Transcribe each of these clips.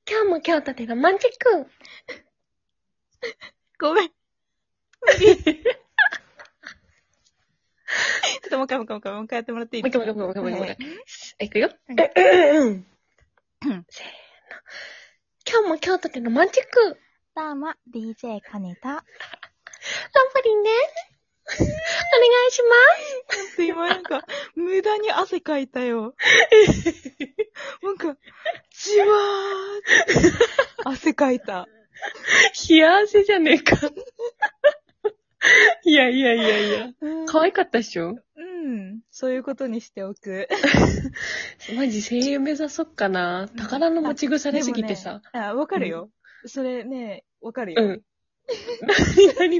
今日も京都でロマンチック。 ごめん。ちょっともう一回やってもらっていいですか？ もう一回。いくよ。 うんせーの。今日も京都でロマンチック。 どうも、DJ カネタ。 ランパリンです。お願いします。 今無駄に汗かいたよ。じわーって汗かいた。 冷や汗じゃねえか。いや。可愛かったっしょ？ そういうことにしておく。 マジ声優目指そっかな。宝の持ち腐れすぎてさ。 わかるよ。それね、わかるよ。 何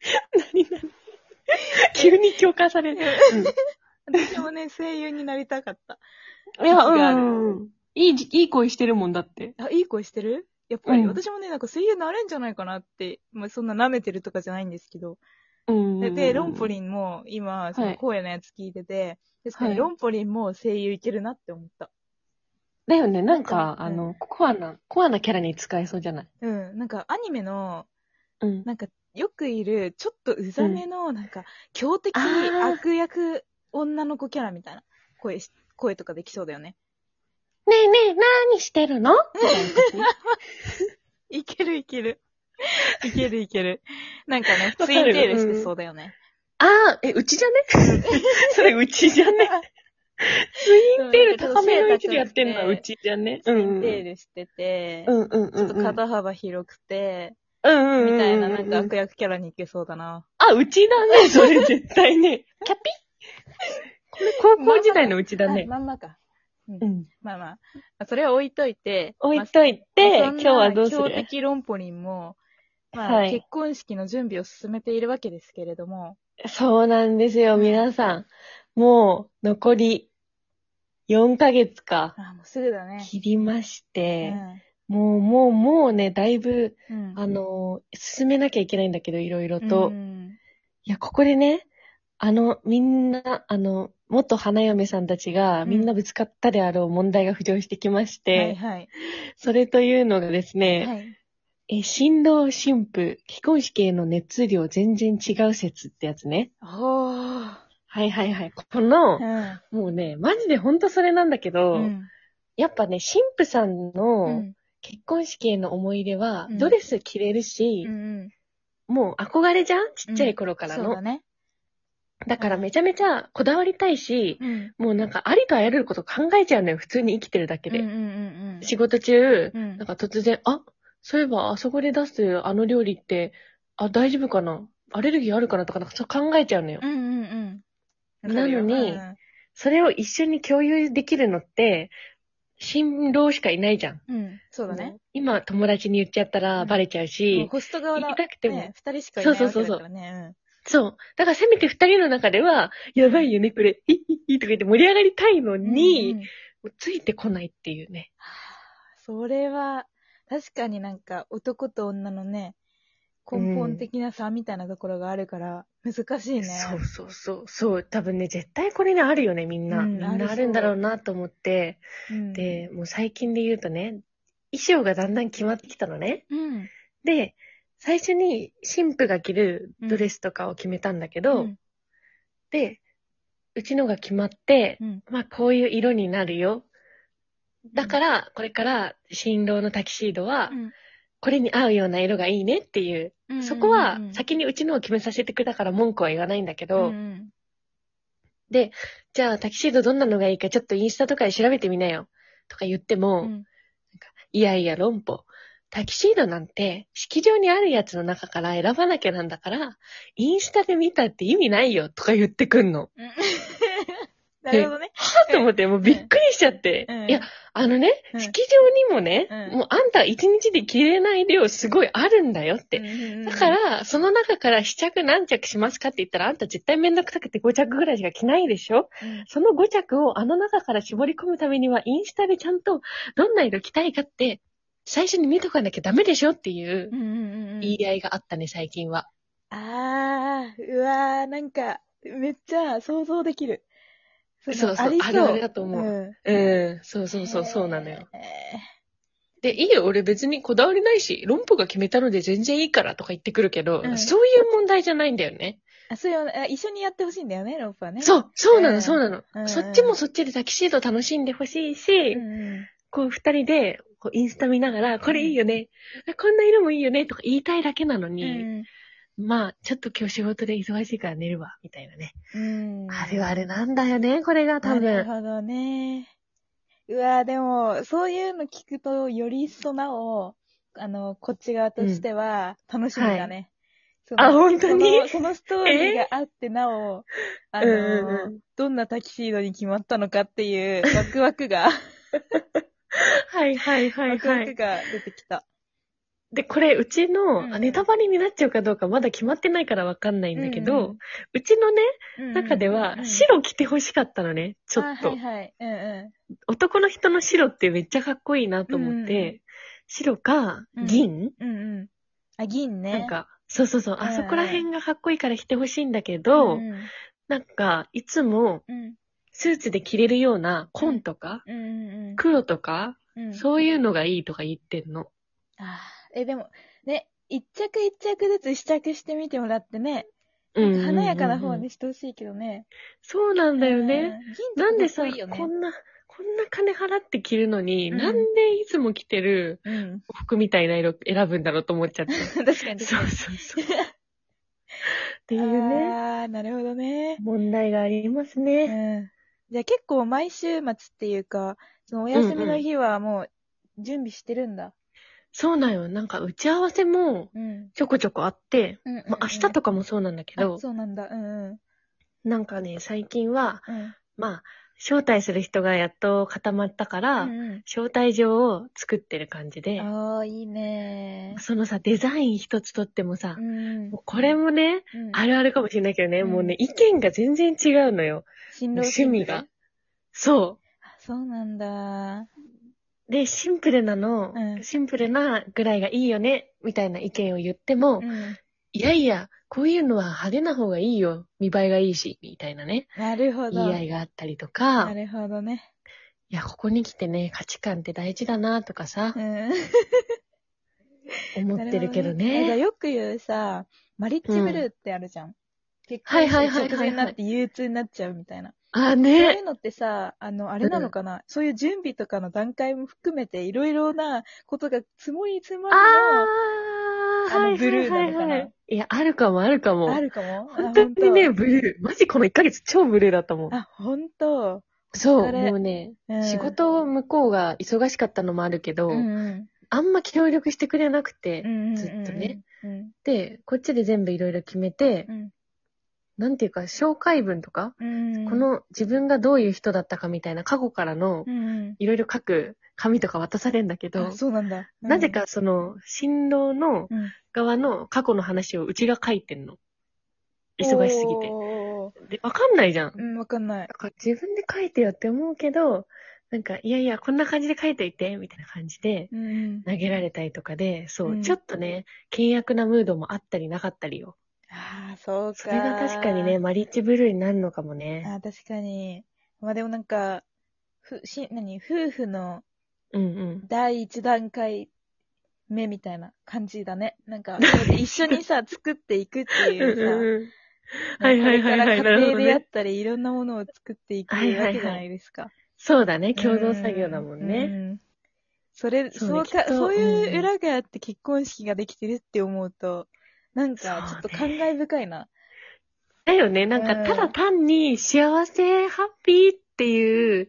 急に共感される。 私もね、声優になりたかった。 いや、いい声してるもんだって。 いい声してる？やっぱり、私もね、声優なれんじゃないかなって、そんな舐めてるとかじゃないんですけど。で、ロンポリンも今、その荒野のやつ聞いてて、確かにロンポリンも声優いけるなって思った。 だよね、コアなキャラに使えそうじゃない？ アニメの、よくいる、ちょっとうざめの、強敵悪役女の子キャラみたいな声とかできそうだよね。 ねえ、何してるの？ いける。ツインテールしてそうだよね。 うちじゃね？それうちじゃね？ツインテール高めの位置でやってんのはうちじゃね？ ツインテールしてて、ちょっと肩幅広くて、みたいな悪役キャラにいけそうだな。 うちだね、それ絶対ね。キャピこれ高校時代のうちだね。 まんまか。それは置いといて、 今日はどうする？ 強敵ロンポリンも、結婚式の準備を進めているわけですけれども。 そうなんですよ、皆さん。もう、残り4ヶ月か。 もうすぐだね。 切りまして、もうね、だいぶ、進めなきゃいけないんだけど、いろいろと。いや、ここでね、みんな、元花嫁さんたちが、みんなぶつかったであろう問題が浮上してきまして、それというのがですね、新郎新婦、結婚式への熱量全然違う説ってやつね。はい。この、もうね、マジでほんとそれなんだけど、やっぱね、新婦さんの結婚式への思い出は、ドレス着れるし、もう憧れじゃん？ちっちゃい頃からの。 そうだね。 だからめちゃめちゃこだわりたいし、もうありとあらゆること考えちゃうのよ、普通に生きてるだけで。仕事中、突然、そういえばあそこで出すあの料理って、大丈夫かな？アレルギーあるかなとか、そう考えちゃうのよ。なのに、それを一緒に共有できるのって、新郎しかいないじゃん。 そうだね。 今友達に言っちゃったらバレちゃうし、 ホスト側だ。 言いたくても。 二人しかいないわけだからね。 そう。だからせめて二人の中では、やばいよね、これ、とか言って盛り上がりたいのに、ついてこないっていうね。 それは、確かに男と女のね、根本的な差みたいなところがあるから、難しいね。 そう。多分ね、絶対これね、あるよね、みんな。みんなあるんだろうなと思って。で、もう最近で言うとね、衣装がだんだん決まってきたのね。で、最初に新婦が着るドレスとかを決めたんだけど、で、うちのが決まって、こういう色になるよ。だから、これから新郎のタキシードは、これに合うような色がいいねっていう、そこは先にうちのを決めさせてくれたから文句は言わないんだけど、で、じゃあタキシードどんなのがいいかちょっとインスタとかで調べてみなよ。とか言っても、いや、論破。タキシードなんて、式場にあるやつの中から選ばなきゃなんだから、インスタで見たって意味ないよ、とか言ってくんの。 なるほどね。 はぁと思って、もうびっくりしちゃって。いや、式場にもね、もうあんた一日で着れない量すごいあるんだよって。だから、その中から試着何着しますかって言ったら、あんた絶対めんどくさくて5着ぐらいしか着ないでしょ？その5着をあの中から絞り込むためには、インスタでちゃんとどんな色着たいかって、最初に見とかなきゃダメでしょっていう言い合いがあったね、最近は。 うわー、めっちゃ想像できる。 そう、あるあるだと思う。そうなのよ。 で、いいよ、俺別にこだわりないし、論破が決めたので全然いいからとか言ってくるけど、そういう問題じゃないんだよね。 そういう、一緒にやってほしいんだよね、論破はね。 そうなの、そうなの。そっちもそっちでタキシード楽しんでほしいし、こう二人で、こうインスタ見ながら、これいいよね、こんな色もいいよね、とか言いたいだけなのに、まあ、ちょっと今日仕事で忙しいから寝るわ、みたいなね。あれはあれなんだよね、これが多分。 なるほどね。うわぁ、でも、そういうの聞くと、より一層なお、こっち側としては、楽しみだね。 本当にそのストーリーがあってなお、どんなタキシードに決まったのかっていう、ワクワクが。 はいはいはいはい。 ワクワクが出てきた。 で、これ、うちの、ネタバレになっちゃうかどうかまだ決まってないからわかんないんだけど、うちのね、中では、白着て欲しかったのね、ちょっと。はいはい。男の人の白ってめっちゃかっこいいなと思って、白か、銀、 銀ね。 なんか、そう、あそこら辺がかっこいいから着て欲しいんだけど、なんか、いつも、スーツで着れるような紺とか、黒とか、そういうのがいいとか言ってんの。 でも、ね、一着一着ずつ試着してみてもらってね、華やかな方にしてほしいけどね。 そうなんだよね。なんでさ、こんな金払って着るのに、なんでいつも着てる服みたいな色選ぶんだろうと思っちゃって。 確かに。 そう。っていうね。 なるほどね。 問題がありますね。 じゃあ結構毎週末っていうか、そのお休みの日はもう準備してるんだ。 そうなんよ。なんか打ち合わせもちょこちょこあって、明日とかもそうなんだけど、 そうなんだ。 なんかね、最近は、まあ、招待する人がやっと固まったから、招待状を作ってる感じで。 いいね。 そのさ、デザイン一つとってもさ、もうこれもね、あるあるかもしれないけどね、もうね、意見が全然違うのよ。趣味が。そう。 そうなんだ。 で、シンプルなぐらいがいいよね、みたいな意見を言っても、いやいや、こういうのは派手な方がいいよ。見栄えがいいし、みたいなね。 なるほど。 言い合いがあったりとか。 なるほどね。 いや、ここに来てね、価値観って大事だな、とかさ。思ってるけどね。 じゃあよく言うさ、マリッジブルーってあるじゃん。結婚直前になって憂鬱になっちゃうみたいな。ね。そういうのってさ、あれなのかな、そういう準備とかの段階も含めて、いろいろなことが積もり積まりの、ブルーなのかな。いや、あるかも。 あるかも本当にね、ブルー。マジこの1ヶ月超ブルーだったもん。 ほんと。 そう、もうね、仕事向こうが忙しかったのもあるけど、あんま協力してくれなくて、ずっとね。で、こっちで全部いろいろ決めて、なんていうか、紹介文とか、この自分がどういう人だったかみたいな過去からの、いろいろ書く紙とか渡されるんだけど、 そうなんだ。 なぜかその、新郎の側の過去の話をうちが書いてんの。忙しすぎて。で、わかんないじゃん。 わかんない。 だから自分で書いてよって思うけど、なんか、いやいや、こんな感じで書いといて、みたいな感じで、投げられたりとかで、そう、ちょっとね、険悪なムードもあったりなかったりよ。 そうか。 それが確かにね、マリッジブルーになるのかもね。 確かに。まあでもなんか、夫婦の、第一段階目みたいな感じだね。なんか、一緒にさ、作っていくっていうさ、これから家庭でやったり、いろんなものを作っていくわけじゃないですか。 そうだね、共同作業だもんね。 そういう裏があって結婚式ができてるって思うと、なんか、ちょっと感慨深いな。 だよね、なんか、ただ単に幸せ、ハッピーっていう、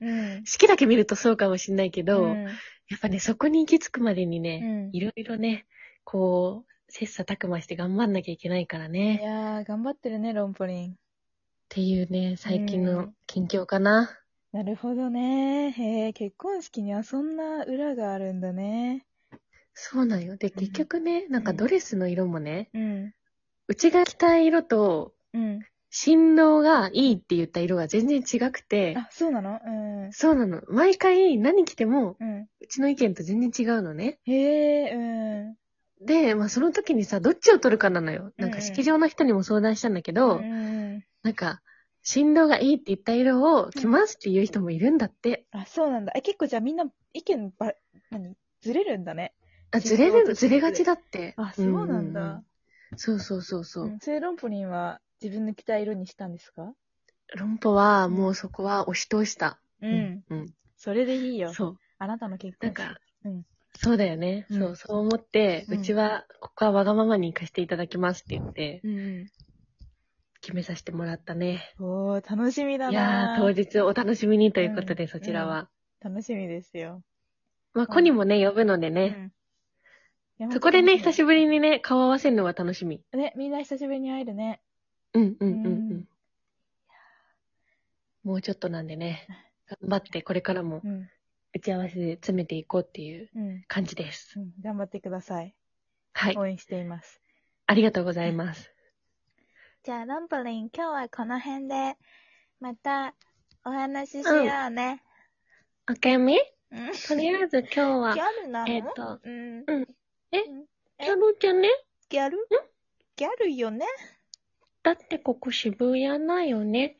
式だけ見るとそうかもしんないけど、やっぱね、そこに行き着くまでにね、いろいろね、こう、切磋琢磨して頑張んなきゃいけないからね。 いやー、頑張ってるね、ロンポリン。 っていうね、最近の近況かな。 なるほどね。結婚式にはそんな裏があるんだね。 そうなんよ。で、結局ね、なんかドレスの色もね、うちが着たい色と、新郎がいいって言った色が全然違くて。 そうなの？ そうなの。毎回何着ても、うちの意見と全然違うのね。で、まあその時にさ、どっちを取るかなのよ。なんか式場の人にも相談したんだけど、なんか、新郎がいいって言った色を着ますっていう人もいるんだって。 そうなんだ。結構じゃあみんな意見ずれるんだね。 ずれがちだって。 あ、そうなんだ。 そうそうそうそう。 それロンポリンは自分の着た色にしたんですか？ ロンポは、もうそこは押し通した。 それでいいよ。 そう。 あなたの結婚式。 そうだよね。そう思って、うちは、ここはわがままに行かせていただきますって言って、決めさせてもらったね。 おー、楽しみだな。 いやー、当日お楽しみにということで、そちらは。 楽しみですよ。 まあ、コニもね、呼ぶのでね。そこでね、久しぶりにね、顔合わせるのが楽しみ。 ね、みんな久しぶりに会えるね。 もうちょっとなんでね、頑張ってこれからも、打ち合わせで詰めていこうっていう感じです。 頑張ってください。 はい。 応援しています。 ありがとうございます。 じゃあ、ロンポリン、今日はこの辺で、またお話ししようね。 あけみとりあえず今日は、 ギャルなの？ ギャルじゃね？ ギャルよね？ だってここ渋谷だよね。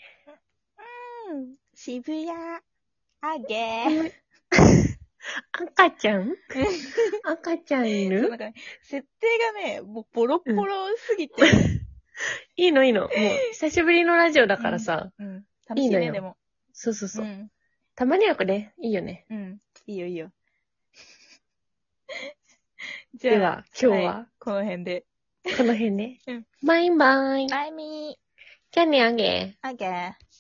渋谷。あげ赤ちゃん赤ちゃんいる？ なんか、設定がね、もうボロボロすぎて。 いいの。もう、久しぶりのラジオだからさ。 楽しいね、でも。 そう。たまにはこれ、いいよね。 いいよ。 じゃあ、では、今日は、 この辺で。 この辺ね。バイバイ。 バイミー。 じゃあね、あげ。 あげ。